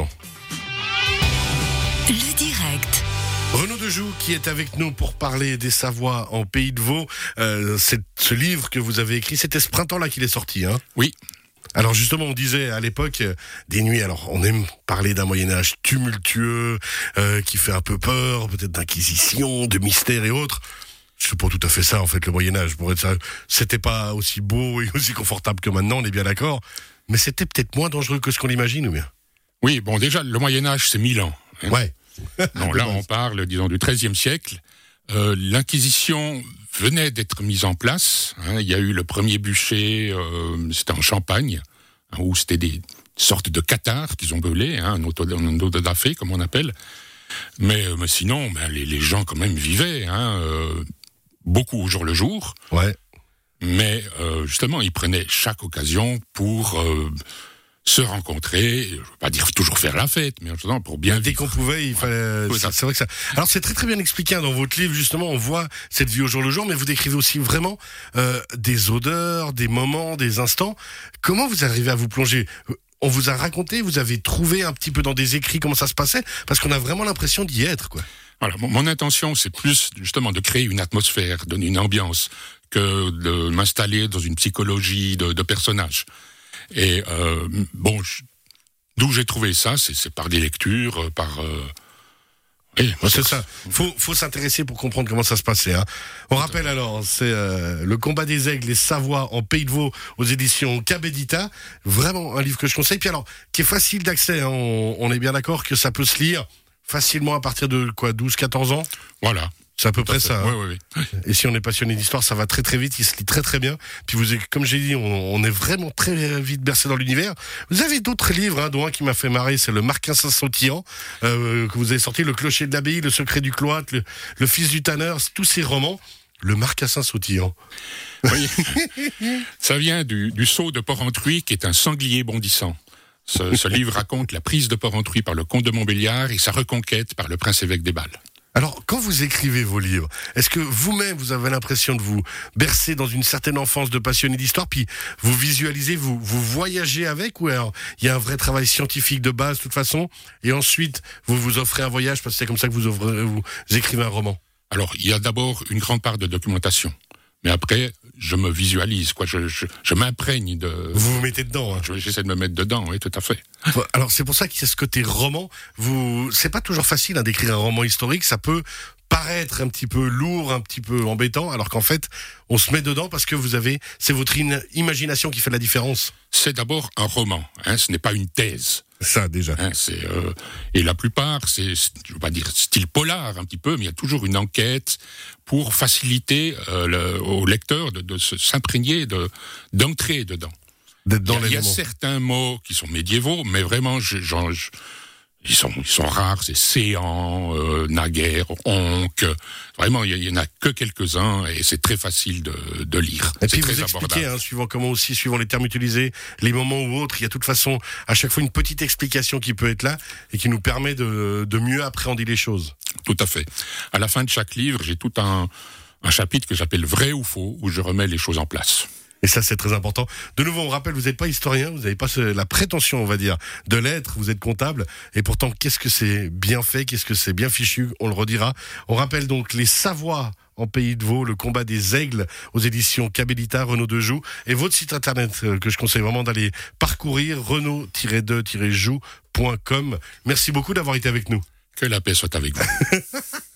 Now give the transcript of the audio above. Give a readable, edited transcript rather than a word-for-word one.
maintenant. Le direct. Renaud Dejoux qui est avec nous pour parler des Savoies en Pays de Vaud. C'est ce livre que vous avez écrit, c'était ce printemps-là qu'il est sorti, hein ? Oui. Alors justement, on disait à l'époque des nuits. Alors on aime parler d'un Moyen-Âge tumultueux, qui fait un peu peur, peut-être d'inquisition, de mystère et autres. C'est pas tout à fait ça en fait le Moyen-Âge. Pour être ça, c'était pas aussi beau et aussi confortable que maintenant, on est bien d'accord. Mais c'était peut-être moins dangereux que ce qu'on imagine, ou bien ? Oui, bon, déjà, le Moyen-Âge, c'est 1000 ans. Hein. Ouais. Non, là, on parle, disons, du XIIIe siècle. L'Inquisition venait d'être mise en place. Hein. Il y a eu le premier bûcher, c'était en Champagne, hein, où c'était des sortes de cathares qu'ils ont brûlés, hein, un autodafé, comme on appelle. Mais sinon, les gens, quand même, vivaient, hein, beaucoup au jour le jour. Ouais. Mais justement, ils prenaient chaque occasion pour se rencontrer, je ne veux pas dire toujours faire la fête, mais justement pour bien dès vivre. qu'on pouvait, il fallait. C'est vrai que ça. Alors c'est très très bien expliqué dans votre livre, justement, on voit cette vie au jour le jour, mais vous décrivez aussi vraiment des odeurs, des moments, des instants. Comment vous arrivez à vous plonger ? On vous a raconté, vous avez trouvé un petit peu dans des écrits comment ça se passait, parce qu'on a vraiment l'impression d'y être, quoi. Voilà, mon intention, c'est plus justement de créer une atmosphère, donner une ambiance, que de m'installer dans une psychologie de personnages. Et d'où j'ai trouvé ça, c'est par des lectures, c'est ça. Faut s'intéresser pour comprendre comment ça se passait. Hein. On rappelle alors, c'est Le Combat des Aigles, les Savoies en Pays de Vaud aux éditions Cabedita. Vraiment un livre que je conseille. Puis alors, qui est facile d'accès. Hein. On est bien d'accord que ça peut se lire facilement à partir de 12-14 ans. Voilà. C'est à peu près ça. Hein. Oui. Et si on est passionné d'histoire, ça va très très vite, il se lit très très bien. Puis comme j'ai dit, on est vraiment très vite bercé dans l'univers. Vous avez d'autres livres, hein, dont un qui m'a fait marrer, c'est Le Marquesin Sautillant, que vous avez sorti, Le Clocher de l'Abbaye, Le Secret du Cloître, le Fils du Tanneur, tous ces romans. Le Marquesin Sautillant. Oui. Ça vient du sceau de Porrentruy, qui est un sanglier bondissant. Ce livre raconte la prise de Porrentruy par le comte de Montbéliard et sa reconquête par le prince-évêque des Balles. Alors, quand vous écrivez vos livres, est-ce que vous-même, vous avez l'impression de vous bercer dans une certaine enfance de passionné d'histoire, puis vous visualisez, vous voyagez avec, ou alors il y a un vrai travail scientifique de base, de toute façon, et ensuite, vous vous offrez un voyage, parce que c'est comme ça que vous écrivez un roman? Alors, il y a d'abord une grande part de documentation. Mais après, je me visualise, quoi. Je m'imprègne de. Vous mettez dedans, hein. J'essaie de me mettre dedans, oui, tout à fait. Alors, c'est pour ça qu'il y a ce côté roman. C'est pas toujours facile, hein, d'écrire un roman historique. Ça peut paraître un petit peu lourd, un petit peu embêtant, alors qu'en fait, on se met dedans parce que c'est votre imagination qui fait la différence. C'est d'abord un roman, hein, ce n'est pas une thèse. Ça, déjà. Hein, et la plupart, je veux pas dire style polar un petit peu, mais il y a toujours une enquête pour faciliter au lecteur de s'imprégner, d'entrer dedans. D'être dans il y a certains mots qui sont médiévaux, mais vraiment, ils sont rares, c'est séant, naguère, oncle. Vraiment, il y en a que quelques-uns et c'est très facile de lire. Et c'est puis très vous expliquez, abordable. suivant les termes utilisés, les moments ou autres, il y a de toute façon à chaque fois une petite explication qui peut être là et qui nous permet de mieux appréhender les choses. Tout à fait. À la fin de chaque livre, j'ai tout un chapitre que j'appelle Vrai ou Faux, où je remets les choses en place. Et ça, c'est très important. De nouveau, on rappelle, vous n'êtes pas historien, vous n'avez pas la prétention, on va dire, de l'être, vous êtes comptable. Et pourtant, qu'est-ce que c'est bien fait, qu'est-ce que c'est bien fichu, on le redira. On rappelle donc Les Savoies en Pays de Vaud, Le Combat des Aigles aux éditions Cabedita, Renaud Dejoux. Et votre site internet, que je conseille vraiment d'aller parcourir, renaud-2-joux.com. Merci beaucoup d'avoir été avec nous. Que la paix soit avec vous.